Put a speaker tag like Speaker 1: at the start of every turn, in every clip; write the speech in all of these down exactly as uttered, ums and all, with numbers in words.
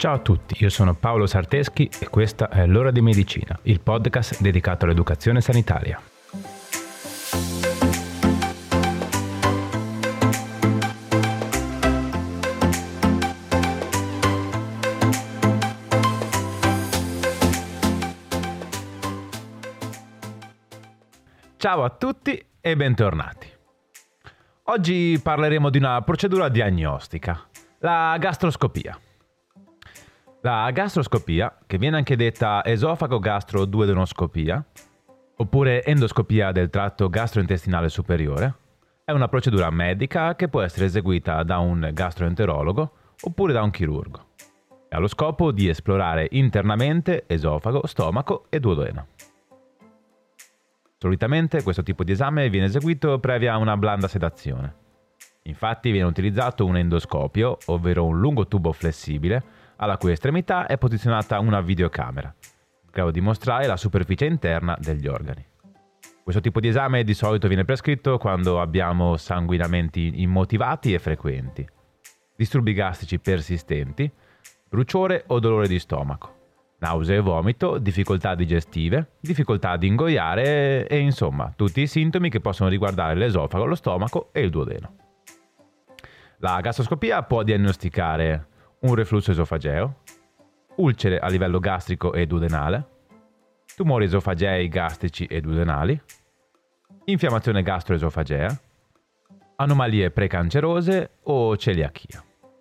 Speaker 1: Ciao a tutti, io sono Paolo Sarteschi e questa è L'Ora di Medicina, il podcast dedicato all'educazione sanitaria. Ciao a tutti e bentornati. Oggi parleremo di una procedura diagnostica, la gastroscopia. La gastroscopia, che viene anche detta esofago-gastro-duodenoscopia, oppure endoscopia del tratto gastrointestinale superiore, è una procedura medica che può essere eseguita da un gastroenterologo oppure da un chirurgo. E ha lo scopo di esplorare internamente esofago, stomaco e duodeno. Solitamente questo tipo di esame viene eseguito previa una blanda sedazione. Infatti viene utilizzato un endoscopio, ovvero un lungo tubo flessibile, alla cui estremità è posizionata una videocamera, in grado di mostrare la superficie interna degli organi. Questo tipo di esame di solito viene prescritto quando abbiamo sanguinamenti immotivati e frequenti, disturbi gastrici persistenti, bruciore o dolore di stomaco, nausea e vomito, difficoltà digestive, difficoltà ad ingoiare e insomma tutti i sintomi che possono riguardare l'esofago, lo stomaco e il duodeno. La gastroscopia può diagnosticare un reflusso esofageo, ulcere a livello gastrico e duodenale, tumori esofagei, gastrici e duodenali, infiammazione gastroesofagea, anomalie precancerose o celiachia.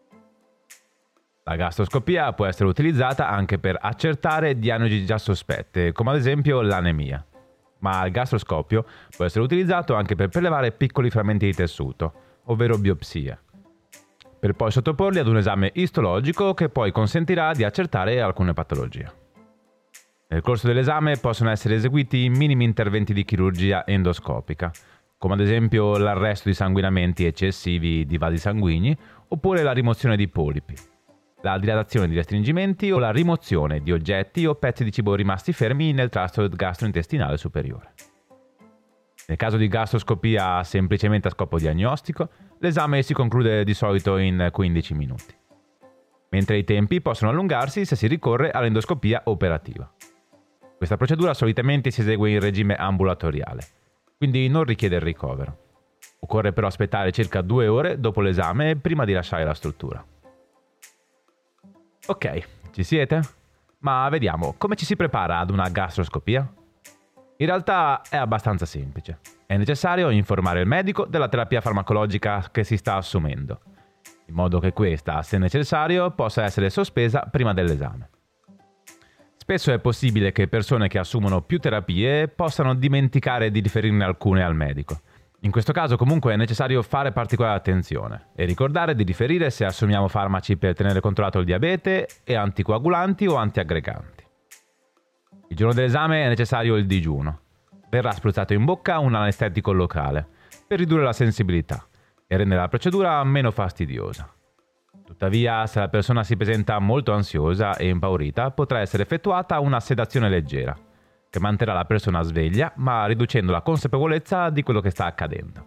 Speaker 1: La gastroscopia può essere utilizzata anche per accertare diagnosi già sospette, come ad esempio l'anemia, ma il gastroscopio può essere utilizzato anche per prelevare piccoli frammenti di tessuto, ovvero biopsie, per poi sottoporli ad un esame istologico che poi consentirà di accertare alcune patologie. Nel corso dell'esame possono essere eseguiti minimi interventi di chirurgia endoscopica, come ad esempio l'arresto di sanguinamenti eccessivi di vasi sanguigni oppure la rimozione di polipi, la dilatazione di restringimenti o la rimozione di oggetti o pezzi di cibo rimasti fermi nel tratto gastrointestinale superiore. Nel caso di gastroscopia semplicemente a scopo diagnostico, l'esame si conclude di solito in quindici minuti, mentre i tempi possono allungarsi se si ricorre all'endoscopia operativa. Questa procedura solitamente si esegue in regime ambulatoriale, quindi non richiede il ricovero. Occorre però aspettare circa due ore dopo l'esame prima di lasciare la struttura. Ok, ci siete? Ma vediamo, come ci si prepara ad una gastroscopia? In realtà è abbastanza semplice. È necessario informare il medico della terapia farmacologica che si sta assumendo, in modo che questa, se necessario, possa essere sospesa prima dell'esame. Spesso è possibile che persone che assumono più terapie possano dimenticare di riferirne alcune al medico. In questo caso comunque è necessario fare particolare attenzione e ricordare di riferire se assumiamo farmaci per tenere controllato il diabete e anticoagulanti o antiaggreganti. Il giorno dell'esame è necessario il digiuno. Verrà spruzzato in bocca un anestetico locale per ridurre la sensibilità e rendere la procedura meno fastidiosa. Tuttavia, se la persona si presenta molto ansiosa e impaurita, potrà essere effettuata una sedazione leggera, che manterrà la persona sveglia, ma riducendo la consapevolezza di quello che sta accadendo.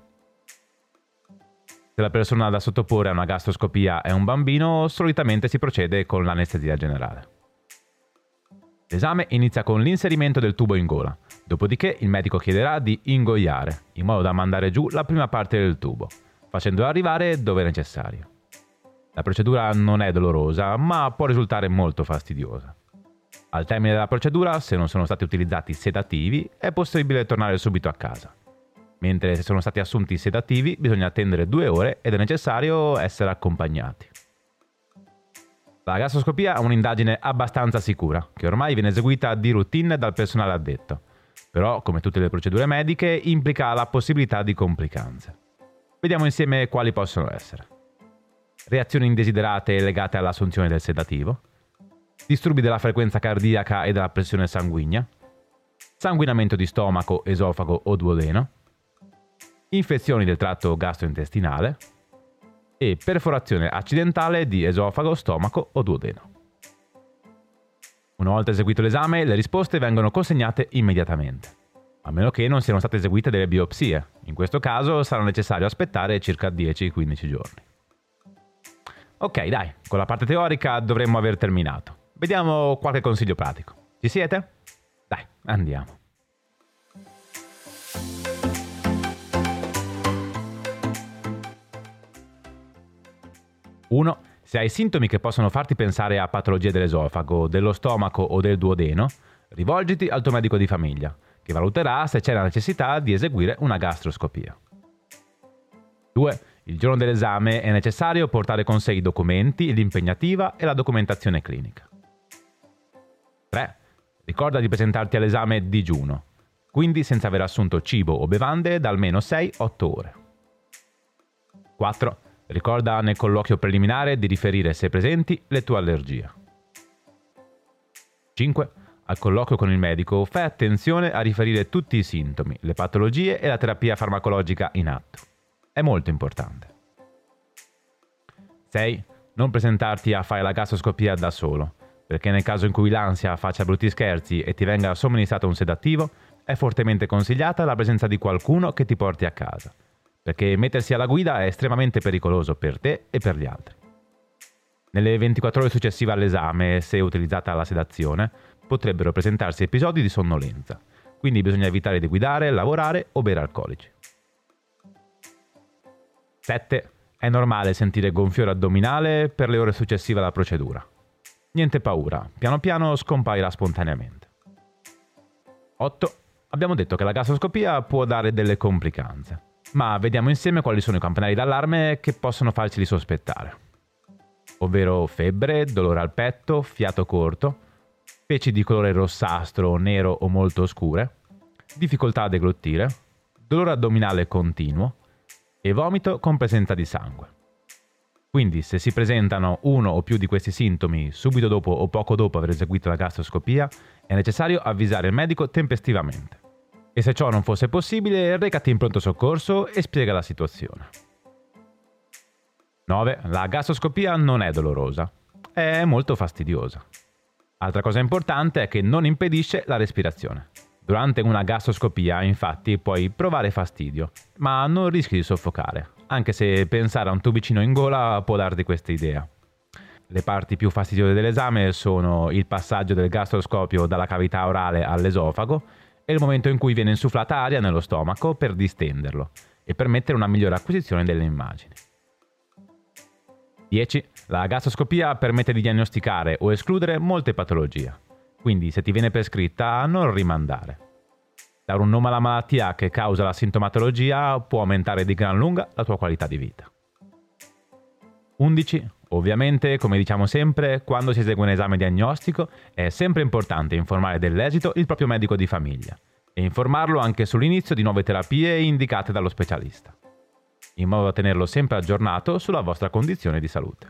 Speaker 1: Se la persona da sottoporre a una gastroscopia è un bambino, solitamente si procede con l'anestesia generale. L'esame inizia con l'inserimento del tubo in gola, dopodiché il medico chiederà di ingoiare, in modo da mandare giù la prima parte del tubo, facendola arrivare dove è necessario. La procedura non è dolorosa, ma può risultare molto fastidiosa. Al termine della procedura, se non sono stati utilizzati sedativi, è possibile tornare subito a casa. Mentre se sono stati assunti sedativi, bisogna attendere due ore ed è necessario essere accompagnati. La gastroscopia è un'indagine abbastanza sicura, che ormai viene eseguita di routine dal personale addetto, però, come tutte le procedure mediche, implica la possibilità di complicanze. Vediamo insieme quali possono essere. Reazioni indesiderate legate all'assunzione del sedativo, disturbi della frequenza cardiaca e della pressione sanguigna, sanguinamento di stomaco, esofago o duodeno, infezioni del tratto gastrointestinale e perforazione accidentale di esofago, stomaco o duodeno. Una volta eseguito l'esame, le risposte vengono consegnate immediatamente, a meno che non siano state eseguite delle biopsie. In questo caso sarà necessario aspettare circa dieci quindici giorni. Ok, dai, con la parte teorica dovremmo aver terminato. Vediamo qualche consiglio pratico. Ci siete? Dai, andiamo. uno. Se hai sintomi che possono farti pensare a patologie dell'esofago, dello stomaco o del duodeno, rivolgiti al tuo medico di famiglia, che valuterà se c'è la necessità di eseguire una gastroscopia. due. Il giorno dell'esame è necessario portare con sé i documenti, l'impegnativa e la documentazione clinica. tre. Ricorda di presentarti all'esame a digiuno, quindi senza aver assunto cibo o bevande da almeno sei otto ore. quattro. Ricorda nel colloquio preliminare di riferire, se presenti, le tue allergie. cinque. Al colloquio con il medico fai attenzione a riferire tutti i sintomi, le patologie e la terapia farmacologica in atto. È molto importante. sei. Non presentarti a fare la gastroscopia da solo, perché nel caso in cui l'ansia faccia brutti scherzi e ti venga somministrato un sedativo, è fortemente consigliata la presenza di qualcuno che ti porti a casa, perché mettersi alla guida è estremamente pericoloso per te e per gli altri. Nelle ventiquattro ore successive all'esame, se utilizzata la sedazione, potrebbero presentarsi episodi di sonnolenza, quindi bisogna evitare di guidare, lavorare o bere alcolici. sette. È normale sentire gonfiore addominale per le ore successive alla procedura. Niente paura, piano piano scomparirà spontaneamente. otto. Abbiamo detto che la gastroscopia può dare delle complicanze, ma vediamo insieme quali sono i campanelli d'allarme che possono farceli sospettare. Ovvero febbre, dolore al petto, fiato corto, feci di colore rossastro, nero o molto scure, difficoltà a deglutire, dolore addominale continuo e vomito con presenza di sangue. Quindi se si presentano uno o più di questi sintomi subito dopo o poco dopo aver eseguito la gastroscopia, è necessario avvisare il medico tempestivamente. E se ciò non fosse possibile, recati in pronto soccorso e spiega la situazione. nove. La gastroscopia non è dolorosa, è molto fastidiosa. Altra cosa importante è che non impedisce la respirazione. Durante una gastroscopia, infatti, puoi provare fastidio, ma non rischi di soffocare, anche se pensare a un tubicino in gola può darti questa idea. Le parti più fastidiose dell'esame sono il passaggio del gastroscopio dalla cavità orale all'esofago e il momento in cui viene insufflata aria nello stomaco per distenderlo e permettere una migliore acquisizione delle immagini. dieci. La gastroscopia permette di diagnosticare o escludere molte patologie, quindi se ti viene prescritta non rimandare. Dare un nome alla malattia che causa la sintomatologia può aumentare di gran lunga la tua qualità di vita. undici. Ovviamente, come diciamo sempre, quando si esegue un esame diagnostico è sempre importante informare dell'esito il proprio medico di famiglia e informarlo anche sull'inizio di nuove terapie indicate dallo specialista, in modo da tenerlo sempre aggiornato sulla vostra condizione di salute.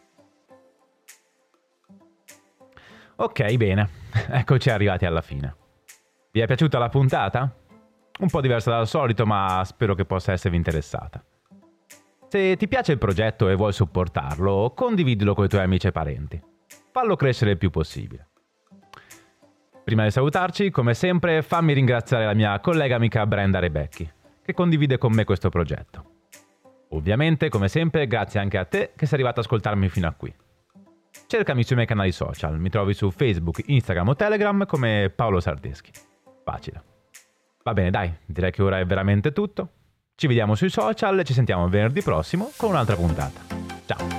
Speaker 1: Ok, bene, eccoci arrivati alla fine. Vi è piaciuta la puntata? Un po' diversa dal solito, ma spero che possa esservi interessata. Se ti piace il progetto e vuoi supportarlo, condividilo con i tuoi amici e parenti. Fallo crescere il più possibile. Prima di salutarci, come sempre, fammi ringraziare la mia collega amica Brenda Rebecchi, che condivide con me questo progetto. Ovviamente, come sempre, grazie anche a te che sei arrivato ad ascoltarmi fino a qui. Cercami sui miei canali social, mi trovi su Facebook, Instagram o Telegram come Paolo Sardeschi. Facile. Va bene, dai, direi che ora è veramente tutto. Ci vediamo sui social e ci sentiamo venerdì prossimo con un'altra puntata. Ciao!